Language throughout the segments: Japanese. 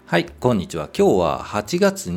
はい、こんにちは。今日は8月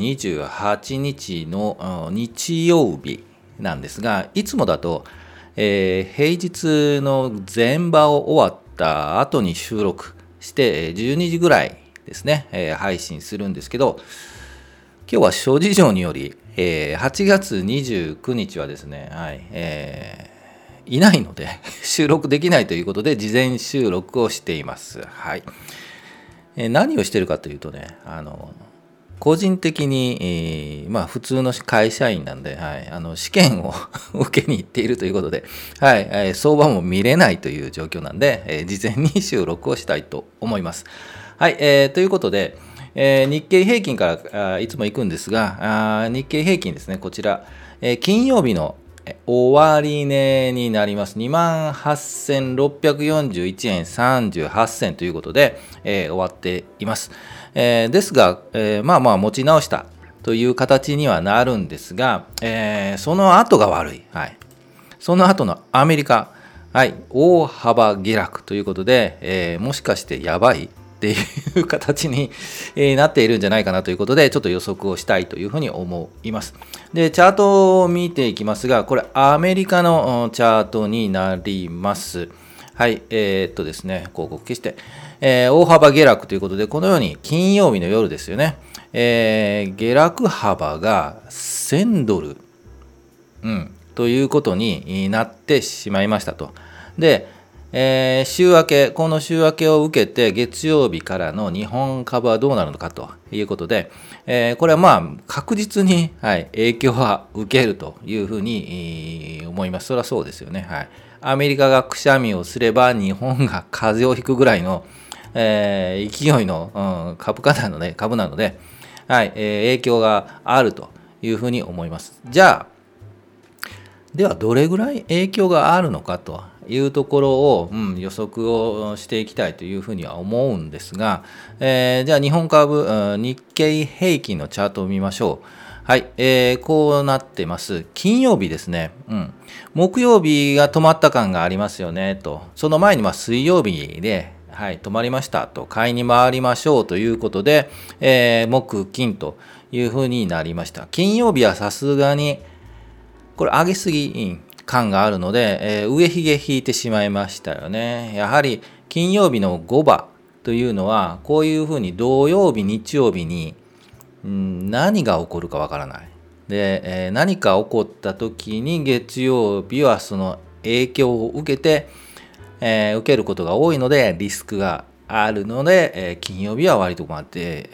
28日の日曜日なんですが、いつもだと、平日の前場を終わった後に収録して、12時ぐらいですね、配信するんですけど、今日は諸事情により、8月29日はですね、いないので収録できないということで、事前収録をしています。はい。何をしているかというとね、個人的に、普通の会社員なんで、試験を受けに行っているということで、相場も見れないという状況なんで、事前に収録をしたいと思います。はい、ということで、日経平均からいつも行くんですが、日経平均ですね、こちら、金曜日の終値になります。28,641円38銭ということで、終わっています。ですが、持ち直したという形にはなるんですが、その後が悪い。その後のアメリカ、大幅下落ということで、もしかしてやばいっていう形になっているんじゃないかなということで、ちょっと予測をしたいというふうに思います。で、チャートを見ていきますが、これアメリカのチャートになります。ですね、広告消して、大幅下落ということで、このように金曜日の夜ですよね、下落幅が1000ドル、ということになってしまいましたと。で、週明け、この週明けを受けて月曜日からの日本株はどうなるのかということで、これは確実に、影響は受けるというふうに思います。それはそうですよね。アメリカがくしゃみをすれば日本が風邪をひくぐらいの、勢いの、株なので、影響があるというふうに思います。じゃあ、ではどれぐらい影響があるのかというところを、予測をしていきたいというふうには思うんですが、じゃあ日本株、日経平均のチャートを見ましょう。こうなってます。金曜日ですね。木曜日が止まった感がありますよねと。その前に水曜日で、止まりましたと。買いに回りましょうということで、木金というふうになりました。金曜日はさすがにこれ上げすぎ感があるので、上髭引いてしまいましたよね。やはり金曜日の5場というのはこういうふうに土曜日日曜日に、何が起こるかわからない。で、何か起こった時に月曜日はその影響を受けて、受けることが多いのでリスクがあるので、金曜日は割とこうやって、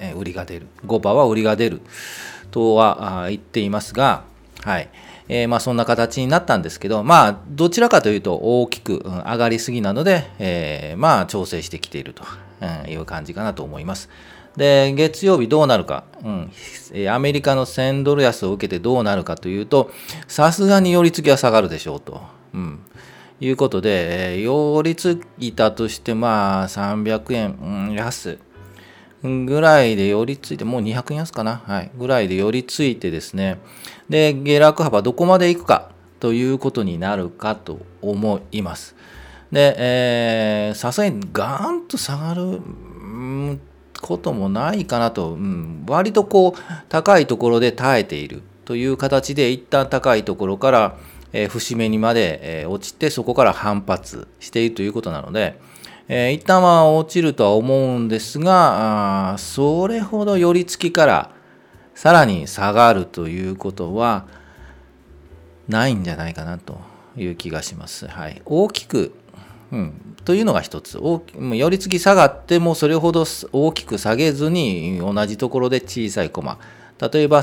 売りが出る。5場は売りが出るとは言っていますが、そんな形になったんですけど、どちらかというと大きく上がりすぎなので、調整してきているという感じかなと思います。で、月曜日どうなるか、アメリカの1000ドル安を受けてどうなるかというと、さすがに寄り付きは下がるでしょうと。いうことで、寄り付いたとして300円、安ぐらいで寄り付いて、もう200円安かな、ぐらいで寄り付いてですね、で、下落幅どこまでいくかということになるかと思います。で、さすがにガーンと下がることもないかなと、割とこう高いところで耐えているという形で、一旦高いところから、節目にまで、落ちて、そこから反発しているということなので、一旦は落ちるとは思うんですが、それほど寄り付きからさらに下がるということはないんじゃないかなという気がします。大きく、というのが一つ。寄り付き下がってもそれほど大きく下げずに同じところで小さいコマ。例えば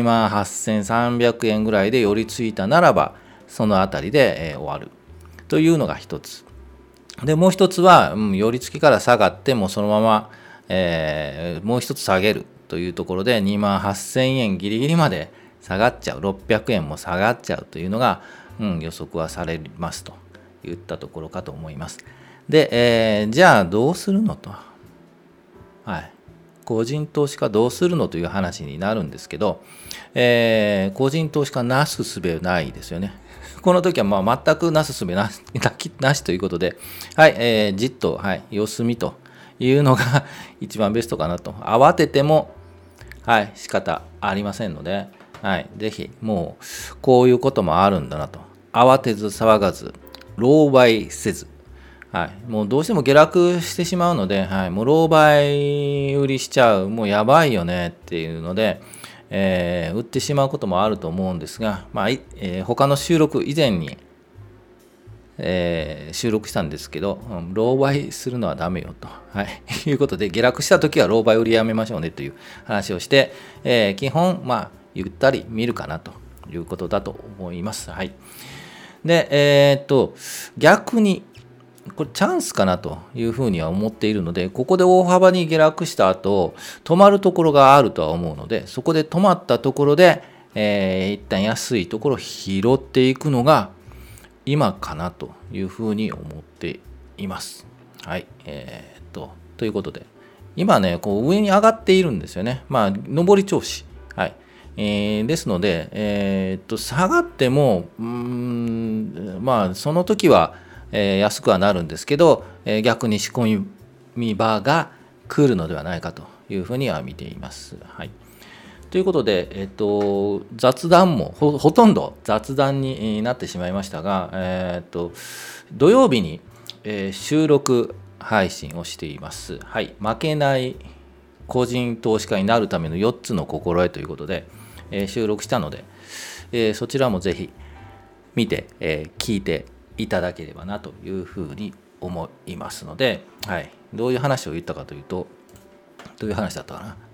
28,300円ぐらいで寄り付いたならば、そのあたりで、終わるというのが一つ。で、もう一つは、寄り付きから下がってもそのまま、もう一つ下げるというところで28,000円ギリギリまで下がっちゃう、600円も下がっちゃうというのが、予測はされますといったところかと思います。で、じゃあどうするのと。個人投資家どうするのという話になるんですけど、個人投資家なすすべないですよね。この時は全くなすすべなしということで、じっと、様子見というのが一番ベストかなと。慌てても、仕方ありませんので、ぜひもうこういうこともあるんだなと。慌てず騒がず、狼狽せず、もうどうしても下落してしまうので、もう狼狽売りしちゃう、もうやばいよねっていうので、売ってしまうこともあると思うんですが、他の収録以前に、収録したんですけど、狼狽するのはダメよと、いうことで、下落した時は狼狽売りやめましょうねという話をして、基本、ゆったり見るかなということだと思います。で、逆に、これチャンスかなというふうには思っているので、ここで大幅に下落した後、止まるところがあるとは思うので、そこで止まったところで、一旦安いところを拾っていくのが今かなというふうに思っています。ということで、今ね、こう上に上がっているんですよね。上り調子。ですので、下がっても、その時は、安くはなるんですけど、逆に仕込み場が来るのではないかというふうには見ています。ということで、雑談も ほとんど雑談になってしまいましたが、土曜日に、収録配信をしています。負けない個人投資家になるための4つの心得ということで、収録したので、そちらもぜひ見て、聞いていただければなというふうに思いますので、どういう話を言ったかというと、どういう話だったかな、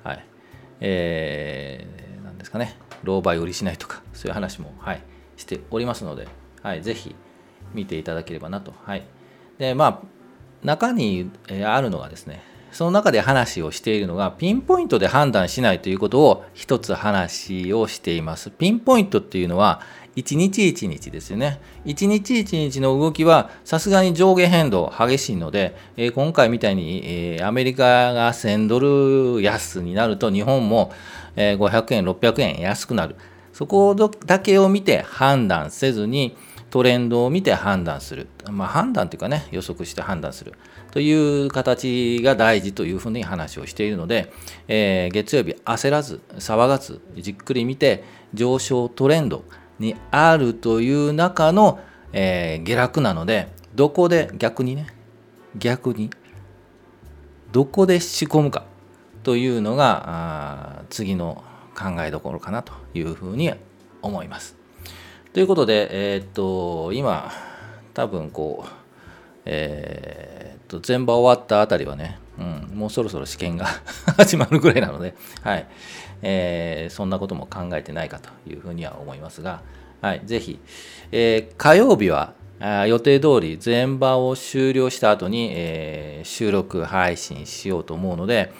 なんですかね、狼狽売りしないとか、そういう話も、しておりますので、ぜひ見ていただければなと。で、中にあるのがですね、その中で話をしているのが、ピンポイントで判断しないということを一つ話をしています。ピンポイントっていうのは、一日一日ですよね。一日一日の動きはさすがに上下変動激しいので、今回みたいに、アメリカが1000ドル安になると日本も、500円、600円安くなる。そこだけを見て判断せずにトレンドを見て判断する。判断というかね、予測して判断するという形が大事というふうに話をしているので、月曜日焦らず騒がずじっくり見て上昇トレンドにあるという中の、下落なので、どこで逆にどこで仕込むかというのが次の考えどころかなというふうに思います。ということで、今多分こう、前場終わったあたりはね、もうそろそろ試験が始まるぐらいなので、そんなことも考えてないかというふうには思いますが、ぜひ、火曜日は予定通り前場を終了した後に、収録配信しようと思うので、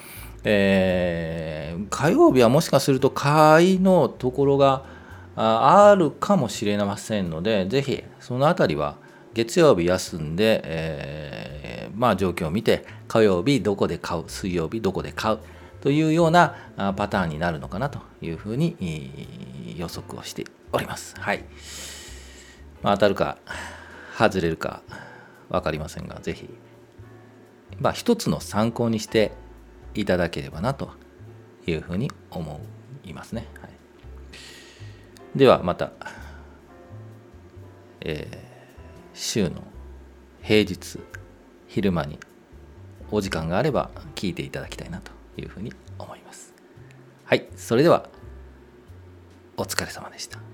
火曜日はもしかすると買いのところがあるかもしれませんので、ぜひそのあたりは月曜日休んで、状況を見て火曜日どこで買う、水曜日どこで買うというようなパターンになるのかなというふうに予測をしております。当たるか外れるか分かりませんが、ぜひ、一つの参考にしていただければなというふうに思いますね。ではまた、週の平日昼間にお時間があれば聞いていただきたいなというふうに思います。それではお疲れ様でした。